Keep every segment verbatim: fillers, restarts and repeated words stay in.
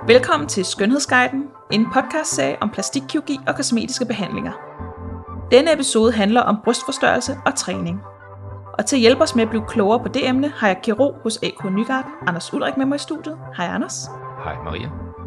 Velkommen til Skønhedsguiden, en podcastserie om plastikkirurgi og kosmetiske behandlinger. Denne episode handler om brystforstørrelse og træning. Og til at hjælpe os med at blive klogere på det emne, har jeg kirurg hos A K Nygaard, Anders Ulrik, med mig i studiet. Hej Anders. Hej Maria.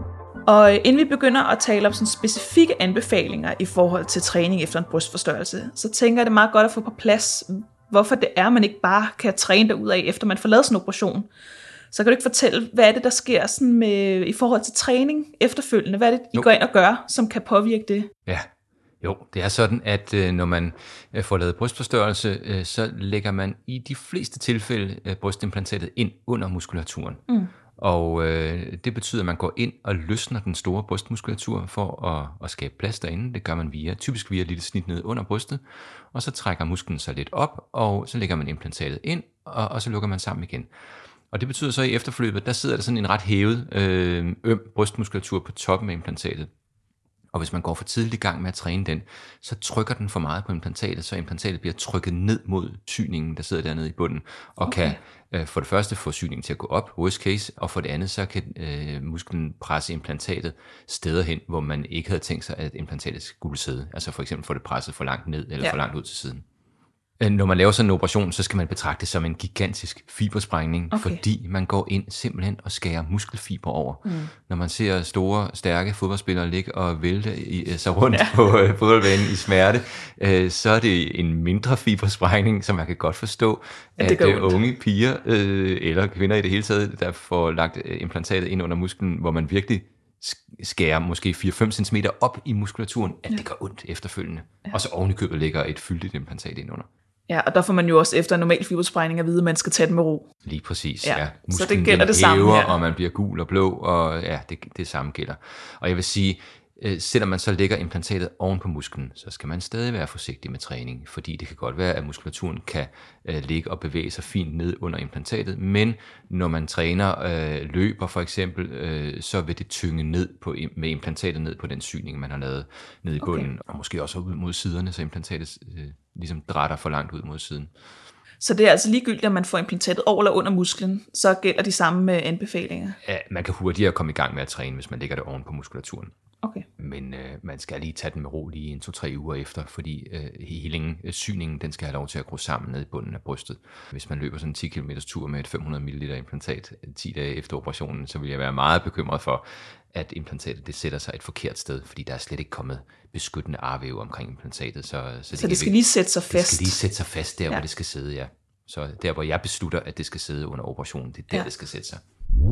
Og inden vi begynder at tale om sådan specifikke anbefalinger i forhold til træning efter en brystforstørrelse, så tænker jeg det er meget godt at få på plads, hvorfor det er, man ikke bare kan træne derudad, efter man får lavet sådan en operation. Så kan du ikke fortælle, hvad er det, der sker sådan med, i forhold til træning efterfølgende? Hvad er det, I jo. går ind og gør, som kan påvirke det? Ja, jo, det er sådan, at øh, når man øh, får lavet brystforstørrelse, øh, så lægger man i de fleste tilfælde øh, brystimplantatet ind under muskulaturen. Mm. Og øh, det betyder, at man går ind og løsner den store brystmuskulatur for at, at skabe plads derinde. Det gør man via, typisk via et lille snit ned under brystet, og så trækker musklen sig lidt op, og så lægger man implantatet ind, og, og så lukker man sammen igen. Og det betyder så i efterforløbet, der sidder der sådan en ret hævet øh, øm brystmuskulatur på toppen af implantatet. Og hvis man går for tidligt i gang med at træne den, så trykker den for meget på implantatet, så implantatet bliver trykket ned mod syningen, der sidder dernede i bunden, og okay. kan øh, for det første få syningen til at gå op, worst case, og for det andet, så kan øh, musklen presse implantatet steder hen, hvor man ikke havde tænkt sig, at implantatet skulle sidde. Altså for eksempel få det presset for langt ned, eller ja. for langt ud til siden. Når man laver sådan en operation, så skal man betragte det som en gigantisk fibersprængning, okay. fordi man går ind simpelthen og skærer muskelfiber over. Mm. Når man ser store, stærke fodboldspillere ligge og vælte i, sig rundt ja. på øh, fodboldbanen i smerte, øh, så er det en mindre fibersprængning, som man kan godt forstå, ja, at øh, unge piger, øh, eller kvinder i det hele taget, der får lagt implantatet ind under musklen, hvor man virkelig skærer måske fire til fem centimeter op i muskulaturen, at ja. det gør ondt efterfølgende. Ja. Og så oven i købet ligger et fyldigt implantat ind under. Ja, og der får man jo også efter en normal fibersprængning at vide, at man skal tage den med ro. Lige præcis, ja. ja. Så det gælder det samme her. Og man bliver gul og blå, og ja, det, det samme gælder. Og jeg vil sige, øh, selvom man så lægger implantatet oven på musklen, så skal man stadig være forsigtig med træning, fordi det kan godt være, at muskulaturen kan øh, ligge og bevæge sig fint ned under implantatet, men når man træner øh, løber for eksempel, øh, så vil det tynge ned på, med implantatet ned på den syning, man har lavet ned i bunden, okay. og måske også ud mod siderne, så implantatet øh, ligesom drætter for langt ud mod siden. Så det er altså ligegyldigt, at man får implantatet over eller under musklen, så gælder de samme anbefalinger? Ja, man kan hurtigere komme i gang med at træne, hvis man lægger det oven på muskulaturen. Okay. Men øh, man skal lige tage den med ro lige en, to, tre uger efter, fordi øh, healingen, øh, syningen, den skal have lov til at gro sammen ned i bunden af brystet. Hvis man løber sådan en ti kilometer tur med et fem hundrede milliliter implantat ti dage efter operationen, så vil jeg være meget bekymret for, at implantatet det sætter sig et forkert sted, fordi der er slet ikke kommet beskyttende arvæv omkring implantatet. Så, så, så det, det skal lige sætte sig fast? Det skal lige sætte sig fast der, ja. hvor det skal sidde, ja. Så der, hvor jeg beslutter, at det skal sidde under operationen, det er der, ja. det skal sætte sig.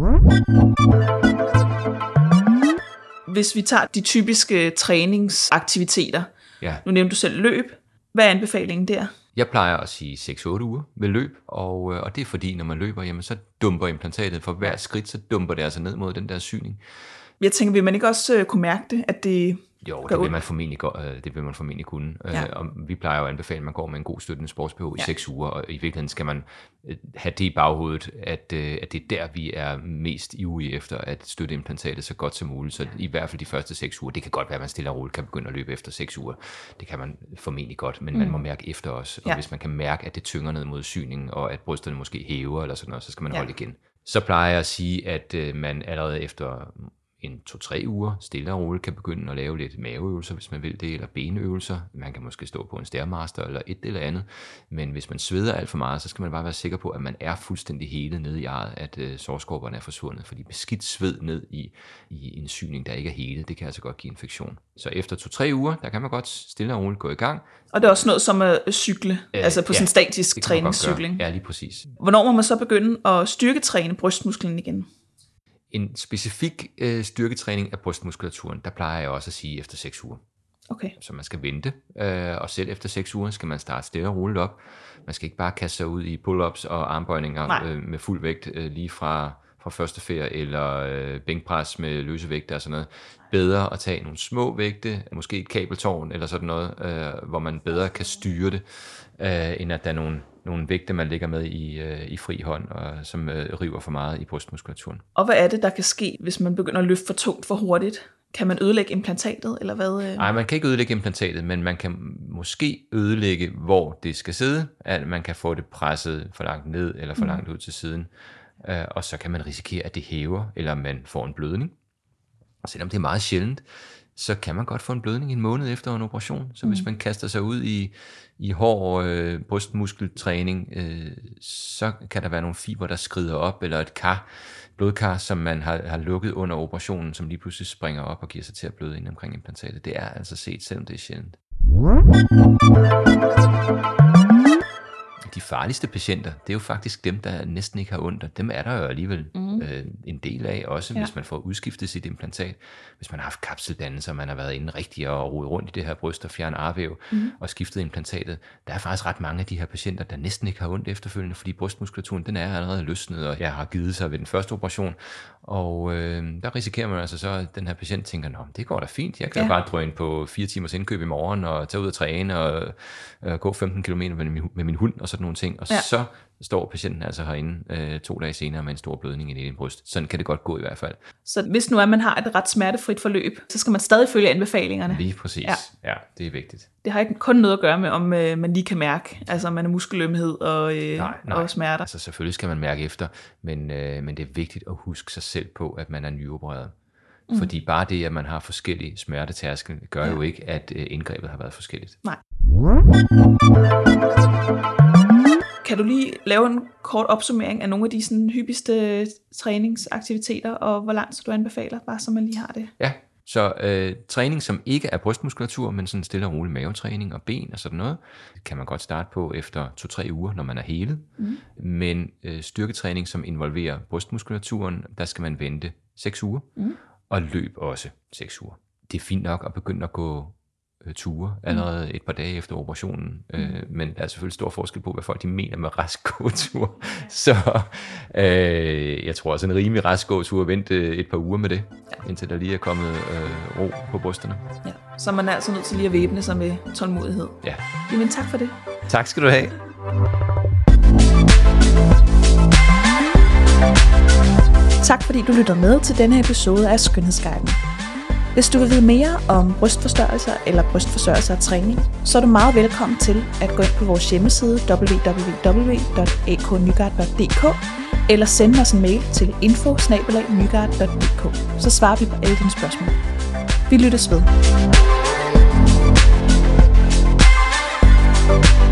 Hvis vi tager de typiske træningsaktiviteter, ja. nu nævnte du selv løb, hvad er anbefalingen der? Jeg plejer at sige seks til otte uger ved løb, og, og det er fordi, når man løber, jamen, så dumper implantatet for hver skridt, så dumper det altså ned mod den der syning. Jeg tænker, vil man ikke også uh, kunne mærke det, at det Jo, det vil, man formentlig, det vil man formentlig kunne. Ja. Og vi plejer jo at anbefale, at man går med en god støttende sports-P H i ja. seks uger, og i virkeligheden skal man have det i baghovedet, at, at det er der, vi er mest ivrige efter at støtte implantatet så godt som muligt. Så i hvert fald de første seks uger, det kan godt være, at man stille og roligt kan begynde at løbe efter seks uger. Det kan man formentlig godt, men mm. man må mærke efter os. Og ja. hvis man kan mærke, at det tynger ned mod syningen, og at brysterne måske hæver eller sådan noget, så skal man ja. holde igen. Så plejer jeg at sige, at man allerede efter en to-tre uger stille og roligt kan begynde at lave lidt maveøvelser, hvis man vil det, eller benøvelser. Man kan måske stå på en Stairmaster eller et eller andet. Men hvis man sveder alt for meget, så skal man bare være sikker på, at man er fuldstændig helet nede i ejet, at øh, sårskorperne er forsvundet. Fordi beskidt sved ned i, i en syning, der ikke er helet, det kan altså godt give infektion. Så efter to-tre uger, der kan man godt stille og roligt gå i gang. Og det er også noget som at cykle, øh, altså på ja, sådan en statisk træningscykling. Ja, lige præcis. Hvornår må man så begynde at styrketræne brystmusklen igen? En specifik øh, styrketræning af brystmuskulaturen, der plejer jeg også at sige efter seks uger. Okay. Så man skal vente, øh, og selv efter seks uger skal man starte stille og roligt op. Man skal ikke bare kaste sig ud i pull-ups og armbøjninger øh, med fuld vægt øh, lige fra, fra første færd, eller øh, bænkpres med løse vægte og sådan noget. Bedre at tage nogle små vægte, måske et kabeltårn eller sådan noget, øh, hvor man bedre kan styre det, øh, end at der er nogle nogle vægte, man ligger med i, øh, i fri hånd, og som øh, river for meget i brystmuskulaturen. Og hvad er det, der kan ske, hvis man begynder at løfte for tungt for hurtigt? Kan man ødelægge implantatet, eller hvad? Nej, man kan ikke ødelægge implantatet, men man kan måske ødelægge, hvor det skal sidde, at man kan få det presset for langt ned, eller for mm. langt ud til siden, øh, og så kan man risikere, at det hæver, eller man får en blødning. Og selvom det er meget sjældent, så kan man godt få en blødning en måned efter en operation. Så mm. hvis man kaster sig ud i, i hård øh, brystmuskeltræning, øh, så kan der være nogle fiber, der skrider op, eller et kar, blodkar, som man har, har lukket under operationen, som lige pludselig springer op og giver sig til at bløde ind omkring implantatet. Det er altså set, selvom det er sjældent. De farligste patienter, det er jo faktisk dem, der næsten ikke har ondt, og dem er der jo alligevel mm. øh, en del af, også ja. hvis man får udskiftet sit implantat. Hvis man har haft kapseldannelser, man har været inde rigtig og rodet rundt i det her bryst og fjernet arvæv mm. og skiftet implantatet. Der er faktisk ret mange af de her patienter, der næsten ikke har ondt efterfølgende, fordi brystmuskulaturen, den er allerede løsnet, og jeg har givet sig ved den første operation. Og øh, der risikerer man altså så, at den her patient tænker, nå, det går da fint, jeg kan ja. bare drøne på fire timers indkøb i morgen, og tage ud og træne, og øh, gå femten kilometer med min, med min hund, og sådan nogle ting. Og ja. så står patienten altså herinde øh, to dage senere med en stor blødning i din bryst. Sådan kan det godt gå i hvert fald. Så hvis nu er, man har et ret smertefrit forløb, så skal man stadig følge anbefalingerne. Lige præcis. Ja, ja det er vigtigt. Det har ikke kun noget at gøre med, om øh, man lige kan mærke, altså om man er muskelømhed og, øh, nej, nej. og smerter. Altså selvfølgelig skal man mærke efter, men, øh, men det er vigtigt at huske sig selv på, at man er nyopereret. Mm. Fordi bare det, at man har forskellige smertetærskel, gør ja. jo ikke, at øh, indgrebet har været forskelligt. Nej. Kan du lige lave en kort opsummering af nogle af de sådan, hyppigste træningsaktiviteter, og hvor langt du anbefaler, bare så man lige har det? Ja, så øh, træning, som ikke er brystmuskulatur, men sådan stille og rolig mavetræning og ben og sådan noget, kan man godt starte på efter to-tre uger, når man er helet. Mm. Men øh, styrketræning, som involverer brystmuskulaturen, der skal man vente seks uger, mm. og løb også seks uger. Det er fint nok at begynde at gå ture allerede et par dage efter operationen, mm. øh, men der er selvfølgelig stor forskel på, hvad folk de mener med rask gåtur. Så øh, jeg tror også en rimelig rask gåtur, vente et par uger med det, ja. indtil der lige er kommet øh, ro på brysterne. Ja. Så man er altså nødt til lige at væbne sig med tålmodighed. Ja. Jamen tak for det. Tak skal du have. Tak fordi du lytter med til denne episode af Skønhedsguiden. Hvis du vil vide mere om brystforstørrelser eller brystforstørrelser og træning, så er du meget velkommen til at gå ind på vores hjemmeside w w w punktum a k nygaard punktum d k eller sende os en mail til info snabel-a nygaard punktum d k, så svarer vi på alle dine spørgsmål. Vi lyttes ved.